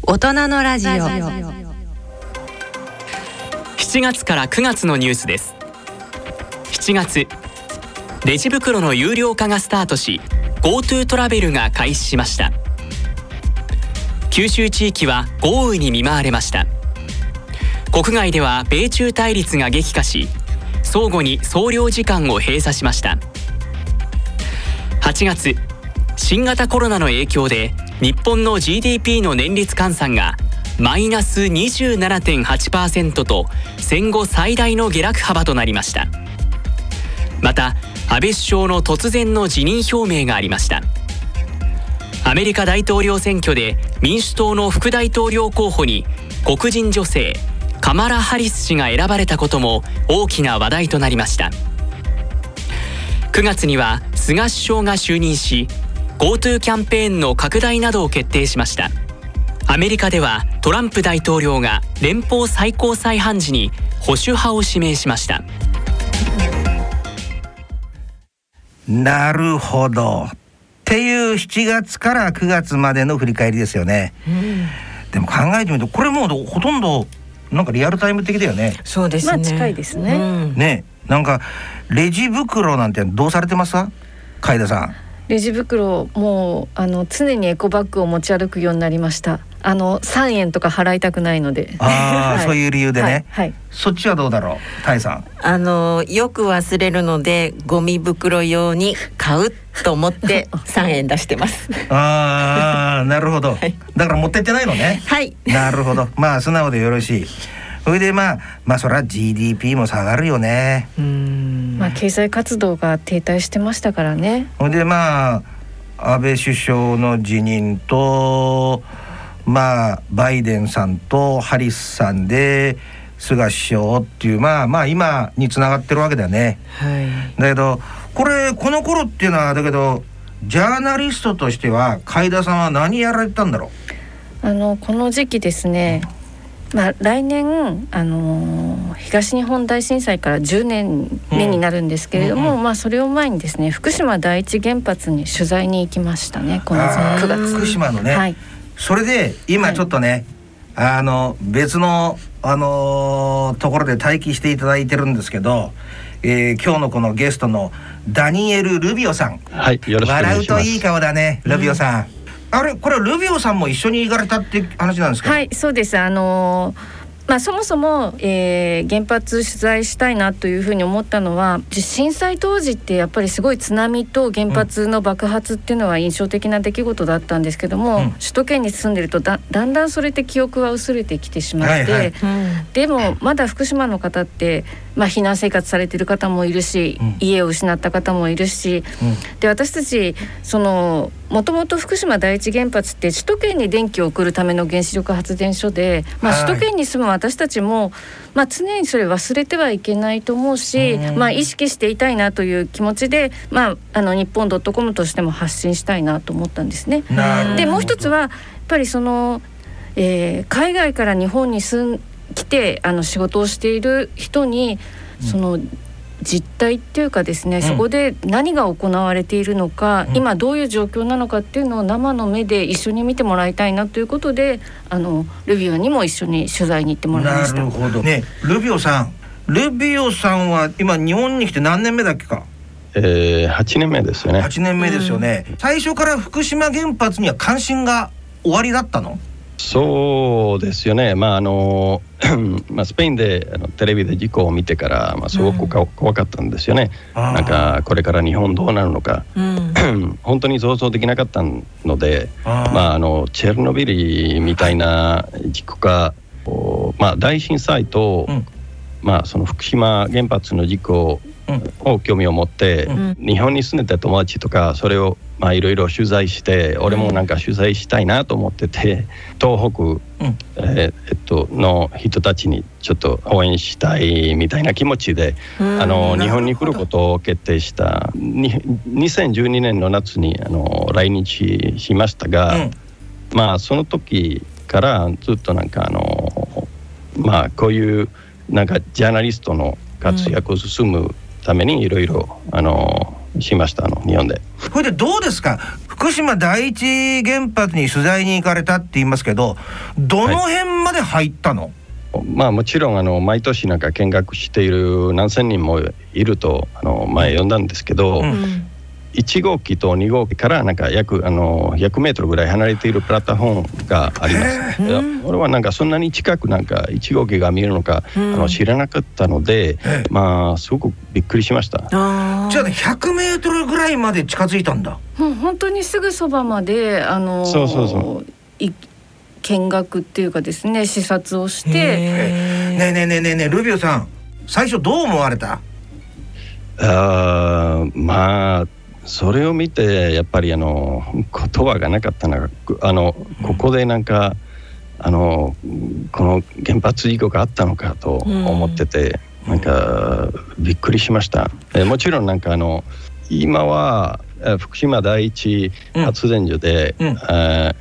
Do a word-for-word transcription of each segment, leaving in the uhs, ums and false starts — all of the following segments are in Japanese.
大人のラジオ。 しちがつからくがつのニュースです。しちがつ、レジ袋の有料化がスタートし GoTo トラベルが開始しました。九州地域は豪雨に見舞われました。国外では米中対立が激化し、相互に総領事館を閉鎖しました。はちがつ、新型コロナの影響で日本の ジーディーピー の年率換算がマイナス にじゅうななてんはちパーセント と戦後最大の下落幅となりました。また安倍首相の突然の辞任表明がありました。アメリカ大統領選挙で民主党の副大統領候補に黒人女性カマラ・ハリス氏が選ばれたことも大きな話題となりました。くがつには菅首相が就任し GoTo キャンペーンの拡大などを決定しました。アメリカではトランプ大統領が連邦最高裁判事に保守派を指名しました。 なるほどっていうしちがつからくがつまでの振り返りですよね、うん、でも考えてみるとこれもうほとんどなんかリアルタイム的だよね。 そうですね、 まあ近いですね、うん、 ね、なんかレジ袋なんてどうされてますか、海田さん。 レジ袋もうあの常にエコバッグを持ち歩くようになりました。あのさんえんとか払いたくないので。 あ、はい、そういう理由でね、 はいはい、 そっちはどうだろう、タイさん。 あのよく忘れるのでゴミ袋用に買うと思ってさんえん出してますああ、なるほど、はい、だから持ってってないのね。 はい、 なるほど、まあ素直でよろしい。それでまあまあそりゃ ジーディーピー も下がるよね。 うーん、まあ経済活動が停滞してましたからね。 それでまあ安倍首相の辞任とまあバイデンさんとハリスさんで菅首相っていうまあまあ今につながってるわけだよね、はい、だけどこれこの頃っていうのはだけどジャーナリストとしては海田さんは何やられたんだろう。あのこの時期ですね、まあ、来年、あのー、東日本大震災からじゅうねんめになるんですけれども、うんうん、まあ、それを前にですね福島第一原発に取材に行きましたね、このくがつ。 福島のね、はい、それで今ちょっとね、はい、あの別の、あのー、ところで待機していただいてるんですけど、えー、今日のこのゲストのダニエル・ルビオさん、 はい、よろしくお願いします。 笑うといい顔だね、ルビオさん、うん、あれこれルビオさんも一緒に行かれたって話なんですか。 はい、そうです。あのーまあ、そもそも、えー、原発取材したいなというふうに思ったのは、震災当時ってやっぱりすごい津波と原発の爆発っていうのは印象的な出来事だったんですけども、うん、首都圏に住んでると だ, だんだんそれって記憶は薄れてきてしまって、はいはい、でもまだ福島の方って、まあ、避難生活されてる方もいるし、うん、家を失った方もいるし、うん、で私たちそのもともと福島第一原発って首都圏に電気を送るための原子力発電所で、まあ、首都圏に住む私たちも、まあ、常にそれ忘れてはいけないと思うし、うん、まあ、意識していたいなという気持ちで、まあ、あの日本 .com としても発信したいなと思ったんですね。でもう一つはやっぱりその、えー、海外から日本に住ん来てあの仕事をしている人にその、うん実態っていうかですね、うん、そこで何が行われているのか、うん、今どういう状況なのかっていうのを生の目で一緒に見てもらいたいなということで、あのルビオにも一緒に取材に行ってもらいました。 なるほどね。ルビオさんルビオさんは今日本に来て何年目だっけか。 えー、はちねんめですよね。 はちねんめですよね、うん、最初から福島原発には関心が終わりだったの。 そうですよね。まああのまあ、スペインであのテレビで事故を見てから、まあ、すごくか、うん、怖かったんですよね。なんかこれから日本どうなるのか、うん、本当に想像できなかったので、あ、まあ、あのチェルノビリみたいな事故が、まあ、大震災と、うん、まあ、その福島原発の事故を興味を持って、うん、日本に住んでた友達とかそれをまあいろいろ取材して、俺もなんか取材したいなと思ってて、東北、うんえーえっと、の人たちにちょっと応援したいみたいな気持ちで、あの日本に来ることを決定したににせんじゅうにねんの夏にあの来日しましたが、うん、まあその時からずっとなんかあのまあこういうなんかジャーナリストの活躍を進むためにいろいろあのしました、あの日本で。 これでどうですか、 福島第一原発に取材に行かれたって言いますけど、どの辺まで入ったの？ はい、まあもちろんあの毎年なんか見学している何千人もいるとあの前読んだんですけど、うん、いち号機とに号機からなんか約あのひゃくメートルぐらい離れているプラットフォームがあります。いや俺はなんかそんなに近くなんかいち号機が見えるのか、うん、あの知らなかったので、まあすごくびっくりしました。 あじゃあひゃくメートルぐらいまで近づいたんだ。 もう本当にすぐそばまであのそうそうそうい見学っていうかですね、視察をして。 ねえねえねえねえねえルビオさん、最初どう思われた？ あまあそれを見てやっぱりあの言葉がなかったな。あのここでなんかあのこの原発事故があったのかと思ってて、うん、なんかびっくりしました。えもちろんなんかあの今は福島第一発電所で、うん、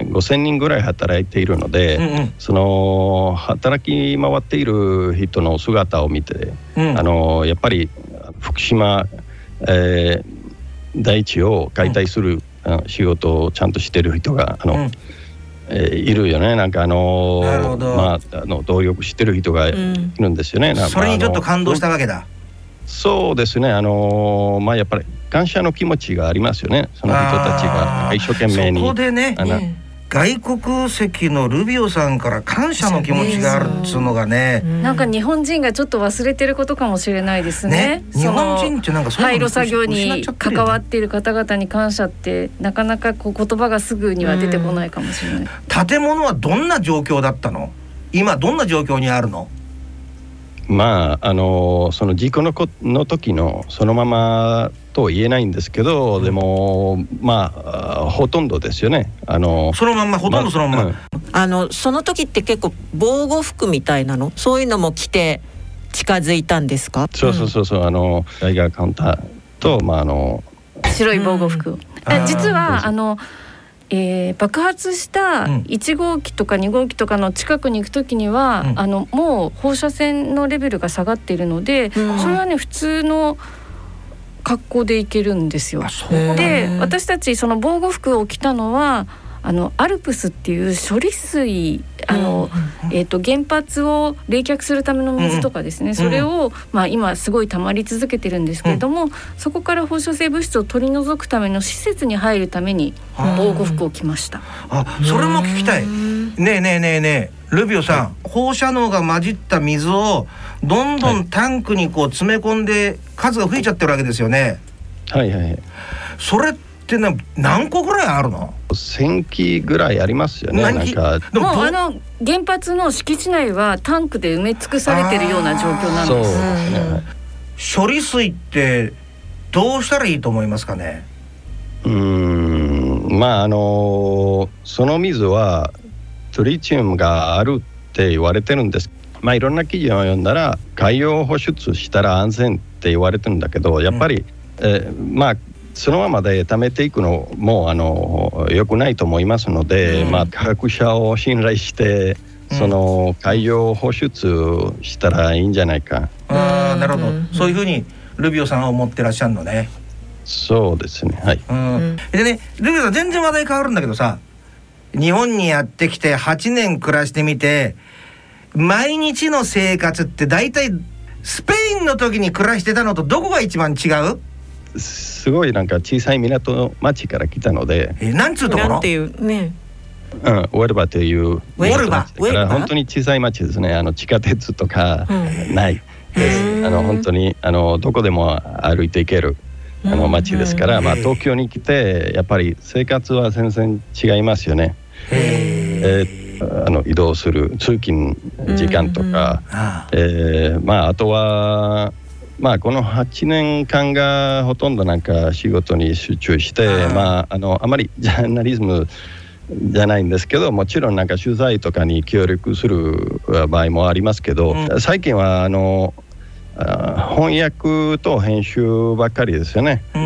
ごせんにんぐらい働いているので、うんうん、その働き回っている人の姿を見て、うん、あのやっぱり福島、えー、第一を解体する、うん、仕事をちゃんとしている人があの、うんえー、いるよね。なんかあのー、まあ、あの努力してる人がいるんですよね。 うん、それにちょっと感動したわけだ。 そうですね。あのー、まあやっぱり感謝の気持ちがありますよね。その人たちが一生懸命に。 そこでね、外国籍のルビオさんから感謝の気持ちがあるっつうのがね、 なんか日本人がちょっと忘れてることかもしれないですね。 ね、日本人ってなんかそういう廃炉作業に関わっている方々に感謝ってなかなかこう言葉がすぐには出てこないかもしれない。 建物はどんな状況だったの？今どんな状況にあるの？ まああのその事故のこの時のそのままとは言えないんですけど、でもまあほとんどですよね。あのそのまんまほとんどそのまま、まあ、あのその時って結構防護服みたいなのそういうのも着て近づいたんですか？ そうそうそうそう、あのライガーカウンターと、まあ、あの白い防護服を、うん、実はあのえー、爆発したいち号機とかに号機とかの近くに行くときには、うん、あのもう放射線のレベルが下がっているので、うん、それはね普通の格好で行けるんですよ。で私たちその防護服を着たのはあのアルプスっていう処理水あの、うんえー、と原発を冷却するための水とかですね、うん、それを、まあ、今すごい溜まり続けてるんですけれども、うん、そこから放射性物質を取り除くための施設に入るために防護服を着ました。 あ、それも聞きたい。ねえねえねえねえルビオさん、はい、放射能が混じった水をどんどんタンクにこう詰め込んで数が増えちゃってるわけですよね。 はいはい。 それって何個ぐらいあるの？ せんきぐらいありますよね。なんかもうあの原発の敷地内はタンクで埋め尽くされてるような状況なんです。そうですね。 処理水ってどうしたらいいと思いますかね？ うーんまああのその水はトリチウムがあるって言われてるんです。まあいろんな記事を読んだら海洋放出したら安全って言われてるんだけど、やっぱり、うんえー、まあそのままで貯めていくのもあの良くないと思いますので、うんまあ、科学者を信頼してその海洋放出したらいいんじゃないか。 ああなるほど、うん、そういうふうにルビオさんは思ってらっしゃるのね。 そうですね、はい、 うん、でねルビオさん全然話題変わるんだけどさ、日本にやってきてはちねん暮らしてみて毎日の生活って大体スペインの時に暮らしてたのとどこが一番違う？ すごいなんか小さい港の町から来たので、 えなんつうところ？ なんていうね、 うん、ウェルバというウェルバだから本当に小さい町ですね。あの地下鉄とかないです、うん、あの本当にあのどこでも歩いていけるあの町ですから、まあ、東京に来てやっぱり生活は全然違いますよね。えー、あの移動する通勤時間とか、うんえーまあ、あとはまあ、このはちねんかんがほとんどなんか仕事に集中してあ、まあ、あのあまりジャーナリズムじゃないんですけど、もちろんなんか取材とかに協力する場合もありますけど、うん、最近はあのあ翻訳と編集ばっかりですよね。うん、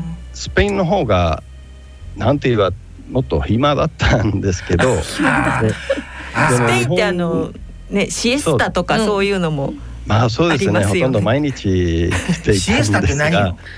スペインの方がなんて言えばもっと暇だったんですけどスペインってあの、ね、シエスタとかそういうのもまあそうですね、ほとんど毎日していたんですがシエスタって何よ？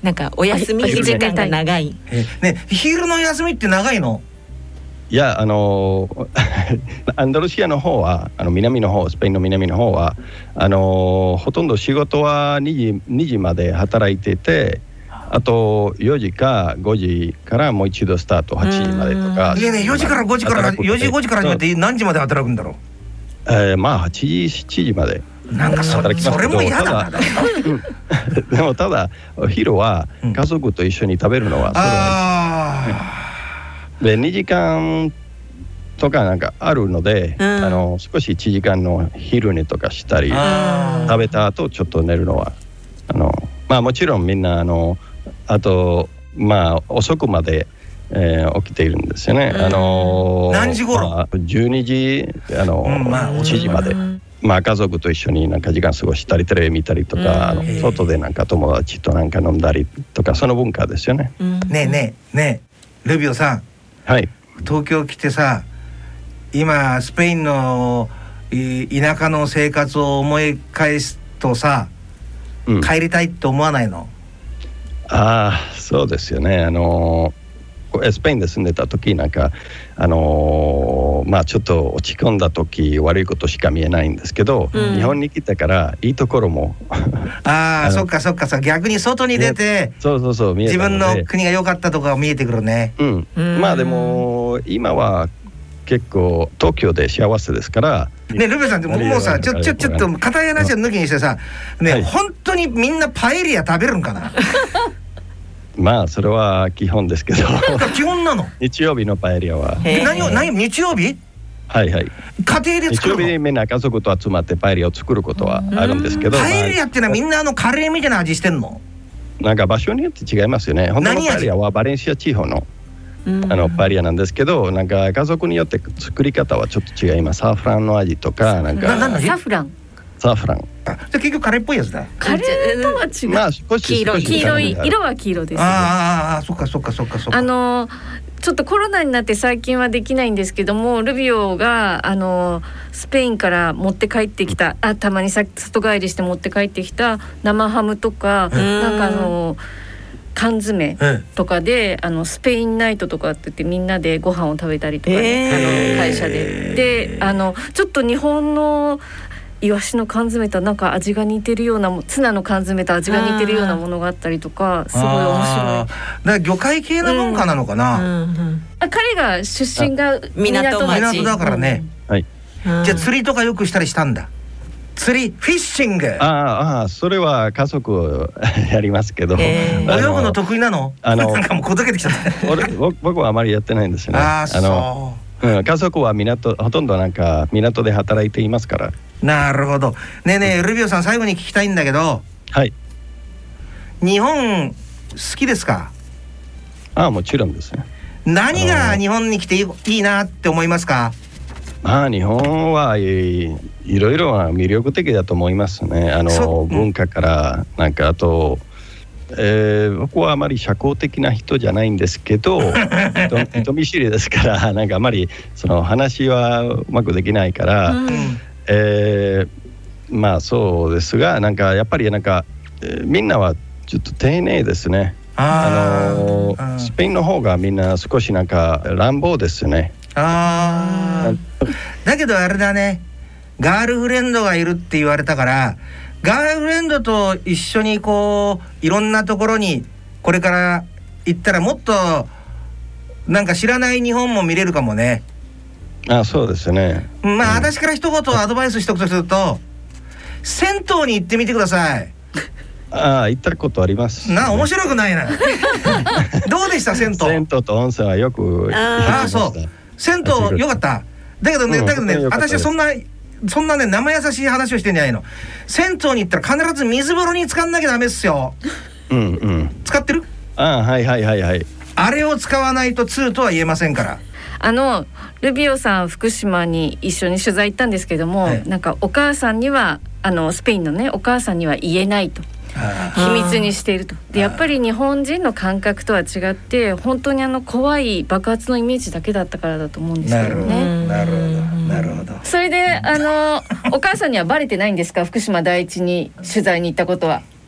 なんかお休み時間が長い。 えね、昼の休みって長いの？ いや、あのアンダルシアの方は、あの南の方、スペインの南の方は、あのほとんど仕事はにじ、にじまで働いてて、あとよじかごじからもう一度スタートはちじまでとか。 いやね、よじからごじからよじごじから始まって何時まで働くんだろう？ えー、まあはちじしちじまでなんかそ働きますけど、 それも嫌だな。 でもただお昼は家族と一緒に食べるのは、それはでにじかんとかなんかあるので、うん、あの少しいちじかんの昼寝とかしたり、食べた後ちょっと寝るのはあのまあもちろんみんなあのあとまあ遅くまで、えー、起きているんですよね。うん、あの何時頃？ まあ、じゅうにじあの、うんまあ、いちじまで。うんまあ、家族と一緒になんか時間過ごしたりテレビ見たりとか、あの外でなんか友達となんか飲んだりとか、その文化ですよね。 ねえねえねえルビオさん、 はい、 東京来てさ、今スペインの田舎の生活を思い返すとさ、うん、帰りたいって思わないの？ ああ、そうですよね。あのスペインで住んでた時なんかあのー、まあちょっと落ち込んだ時悪いことしか見えないんですけど、うん、日本に来てからいいところもああそっかそっかさ、逆に外に出てそうそうそう見えたので、 自分の国が良かったとこが見えてくるね。 うん、うんまあでも今は結構東京で幸せですからね。ルベさんってもうさちょちょちょっと硬い話を抜きにしてさね、はい、本当にみんなパエリア食べるんかな？ まあそれは基本ですけど基本なの？ 日曜日のパエリアは何を何日曜日？ はいはい、 家庭で作るの？ 日曜日みんな家族と集まってパエリアを作ることはあるんですけど、 パエリアってのはみんなあのカレーみたいな味してんの？ なんか場所によって違いますよね。本当のパエリアはバレンシア地方のあのパエリアなんですけど、なんか家族によって作り方はちょっと違います。サーフランの味とかなんかななサフランサーフランあ、じゃあ結局カレーっぽいやつだ。 カレーとは違う。 まあ少し黄色い黄色い色は黄色です、ね。 ああそっかそっかそっかそっか。 あのちょっとコロナになって最近はできないんですけども、ルビオがあのスペインから持って帰ってきた、あたまにさ里帰りして持って帰ってきた生ハムとか、なんかあの缶詰とかで、あのスペインナイトとかって言ってみんなでご飯を食べたりとか、ね、あの会社でであのちょっと日本のイワシの缶詰となんか味が似てるような、ツナの缶詰と味が似てるようなものがあったりとか、すごい面白い。 だから魚介系の文化なのかな、うんうんうん、 あ彼が出身が港町港だからね、 うんはい、 じゃあ釣りとかよくしたりしたんだ？釣りフィッシング。 ああそれは家族やりますけど、 えー、泳ぐの得意なの？あのなんかもうこどけてきちゃった俺僕はあまりやってないんですよね。 ああそううん、家族は港ほとんどなんか港で働いていますから。 なるほど。ねえねえルビオさん、最後に聞きたいんだけど、 はい、 日本好きですか？ ああもちろんですね。 何が日本に来ていい、いいなって思いますか？ まあ日本はいいろいろな魅力的だと思いますね。あの文化からなんかあと、えー、僕はあまり社交的な人じゃないんですけど人見知りですからなんかあまりその話はうまくできないから、うんえー、まあそうですがなんかやっぱりなんか、えー、みんなはちょっと丁寧ですね。あのー、スペインの方がみんな少しなんか乱暴ですね。 あだけどあれだね、ガールフレンドがいるって言われたから、ガールフレンドと一緒にこういろんなところにこれから行ったらもっとなんか知らない日本も見れるかもね。 あそうですね。 まあ、うん、私から一言アドバイスしておくとすると、銭湯に行ってみてください。 ああ行ったことあります、ね、 な面白くないなどうでした銭湯？ 銭湯と温泉はよくああそう銭湯よかった。だけどね、うん、だけどね私はそんなそんなね生優しい話をしてんじゃないの。銭湯に行ったら必ず水風呂に浸かんなきゃダメっすよ。 うんうん使ってる？ ああはいはいはいはい。 あれを使わないとツーとは言えませんから。 あのルビオさん福島に一緒に取材行ったんですけども、はい、なんかお母さんにはあのスペインのねお母さんには言えないと秘密にしていると。でやっぱり日本人の感覚とは違って本当にあの怖い爆発のイメージだけだったからだと思うんですけどね。 なるほどなるほど。 それであのお母さんにはバレてないんですか？福島第一に取材に行ったことは。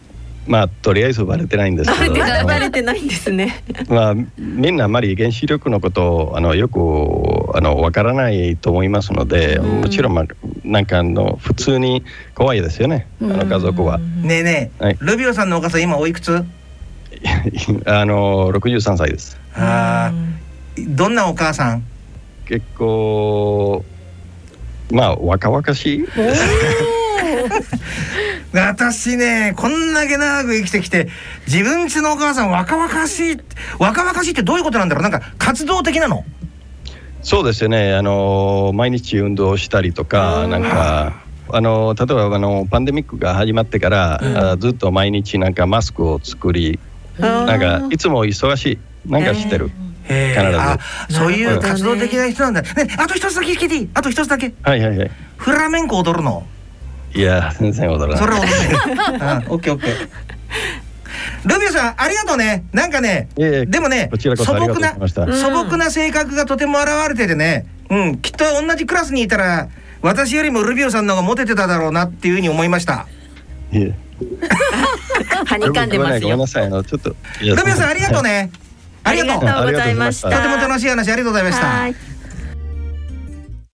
まあとりあえずバレてないんですけどバレてないんですね。 まあみんなあまり原子力のことをあのよくあのわからないと思いますので、うん、もちろん、まあ、なんかあの普通に怖いですよね、あの家族は。 ねえねえ、はい、ルビオさんのお母さん今おいくつ？ あのろくじゅうさんさいです。 あ、どんなお母さん？ 結構まあ若々しい。 私ね、こんだけ長く生きてきて自分家のお母さん若々しい若々しいってどういうことなんだろう。なんか活動的なの？ そうですよね、あの毎日運動したりとか、なんかあの例えばあのパンデミックが始まってから、うん、あずっと毎日なんかマスクを作り、なんかいつも忙しい、なんかしてる。 へー、あ、そういう活動的な人なんだ。ね、あと一つだけ聞いていい？あと一つだけ。 はいはいはい。 フラメンコ踊るの？ いや全然踊らない。 それは踊らない。あ、オッケーオッケー。ルビオさんありがとうね。なんかね、いやいやでもね、素朴な素朴な性格がとても現れててね、うん、きっと同じクラスにいたら私よりもルビオさんの方がモテてただろうなっていうふうに思いました。 いえ。 はにかんでますよ。 ごめんなさい、あのちょっと。 ルビオさんありがとうね。ありがとう。 ありがとうございました。 とても楽しい話ありがとうございました。